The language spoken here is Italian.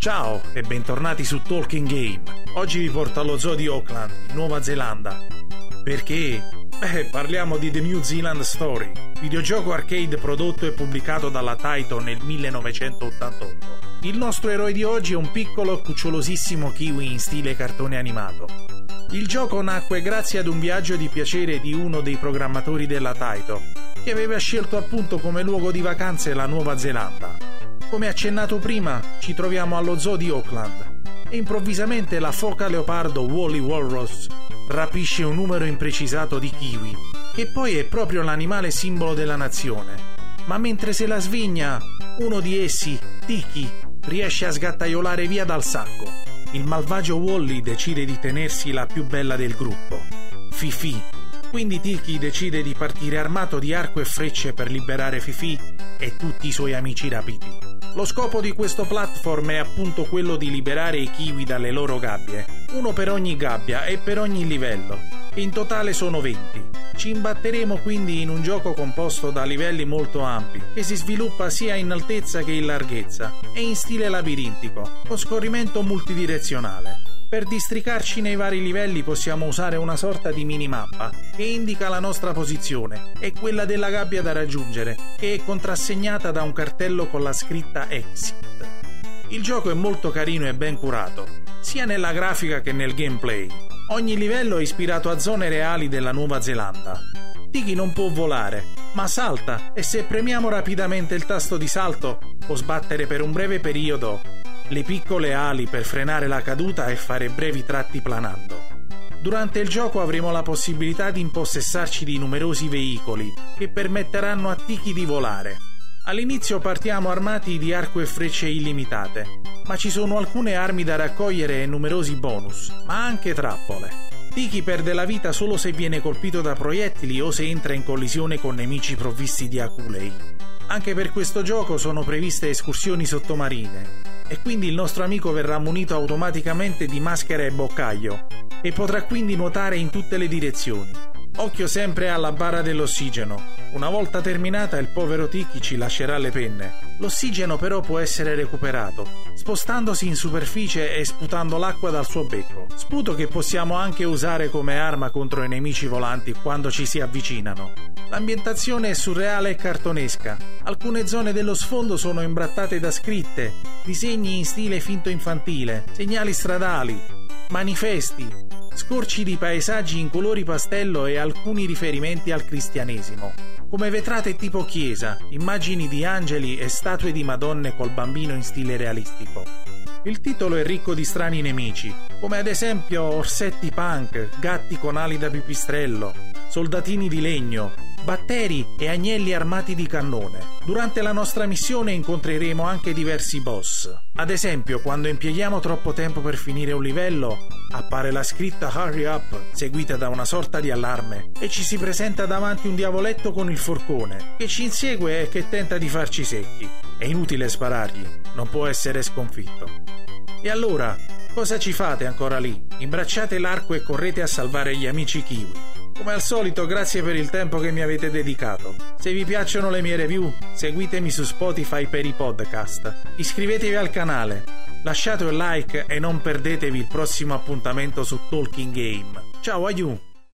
Ciao e bentornati su Talking Game. Oggi vi porto allo zoo di Auckland, in Nuova Zelanda. Perché? Parliamo di The New Zealand Story, videogioco arcade prodotto e pubblicato dalla Taito nel 1988. Il nostro eroe di oggi è un piccolo cucciolosissimo kiwi in stile cartone animato. Il gioco nacque grazie ad un viaggio di piacere di uno dei programmatori della Taito, che aveva scelto appunto come luogo di vacanze la Nuova Zelanda. Come accennato prima, ci troviamo allo zoo di Auckland e improvvisamente la foca leopardo Wally Walrus rapisce un numero imprecisato di kiwi, che poi è proprio l'animale simbolo della nazione. Ma mentre se la svigna, uno di essi, Tiki, riesce a sgattaiolare via dal sacco. Il malvagio Wally decide di tenersi la più bella del gruppo, Fifi. Quindi Tiki decide di partire armato di arco e frecce per liberare Fifi e tutti i suoi amici rapiti. Lo scopo di questo platform è appunto quello di liberare i kiwi dalle loro gabbie, uno per ogni gabbia e per ogni livello, che in totale sono 20. Ci imbatteremo quindi in un gioco composto da livelli molto ampi, che si sviluppa sia in altezza che in larghezza, e in stile labirintico, con scorrimento multidirezionale. Per districarci nei vari livelli possiamo usare una sorta di minimappa che indica la nostra posizione e quella della gabbia da raggiungere, che è contrassegnata da un cartello con la scritta Exit. Il gioco è molto carino e ben curato, sia nella grafica che nel gameplay. Ogni livello è ispirato a zone reali della Nuova Zelanda. Tiki non può volare, ma salta e se premiamo rapidamente il tasto di salto può sbattere per un breve periodo le piccole ali per frenare la caduta e fare brevi tratti planando. Durante il gioco avremo la possibilità di impossessarci di numerosi veicoli che permetteranno a Tiki di volare. All'inizio partiamo armati di arco e frecce illimitate, ma ci sono alcune armi da raccogliere e numerosi bonus, ma anche trappole. Tiki perde la vita solo se viene colpito da proiettili o se entra in collisione con nemici provvisti di aculei. Anche per questo gioco sono previste escursioni sottomarine e quindi il nostro amico verrà munito automaticamente di maschera e boccaglio e potrà quindi nuotare in tutte le direzioni. Occhio sempre alla barra dell'ossigeno. Una volta terminata il povero Tiki ci lascerà le penne. L'ossigeno però può essere recuperato spostandosi in superficie e sputando l'acqua dal suo becco, sputo che possiamo anche usare come arma contro i nemici volanti quando ci si avvicinano. L'ambientazione è surreale e cartonesca. Alcune zone dello sfondo sono imbrattate da scritte, disegni in stile finto infantile, segnali stradali, manifesti, scorci di paesaggi in colori pastello e alcuni riferimenti al cristianesimo, come vetrate tipo chiesa, immagini di angeli e statue di Madonne col bambino in stile realistico. Il titolo è ricco di strani nemici, come ad esempio orsetti punk, gatti con ali da pipistrello, soldatini di legno, batteri e agnelli armati di cannone. Durante la nostra missione incontreremo anche diversi boss. Ad esempio, quando impieghiamo troppo tempo per finire un livello, appare la scritta Hurry Up, seguita da una sorta di allarme, e ci si presenta davanti un diavoletto con il forcone, che ci insegue e che tenta di farci secchi. È inutile sparargli, non può essere sconfitto. E allora, cosa ci fate ancora lì? Imbracciate l'arco e correte a salvare gli amici kiwi. Come al solito, grazie per il tempo che mi avete dedicato. Se vi piacciono le mie review, seguitemi su Spotify per i podcast. Iscrivetevi al canale, lasciate un like e non perdetevi il prossimo appuntamento su Talking Game. Ciao, aiù!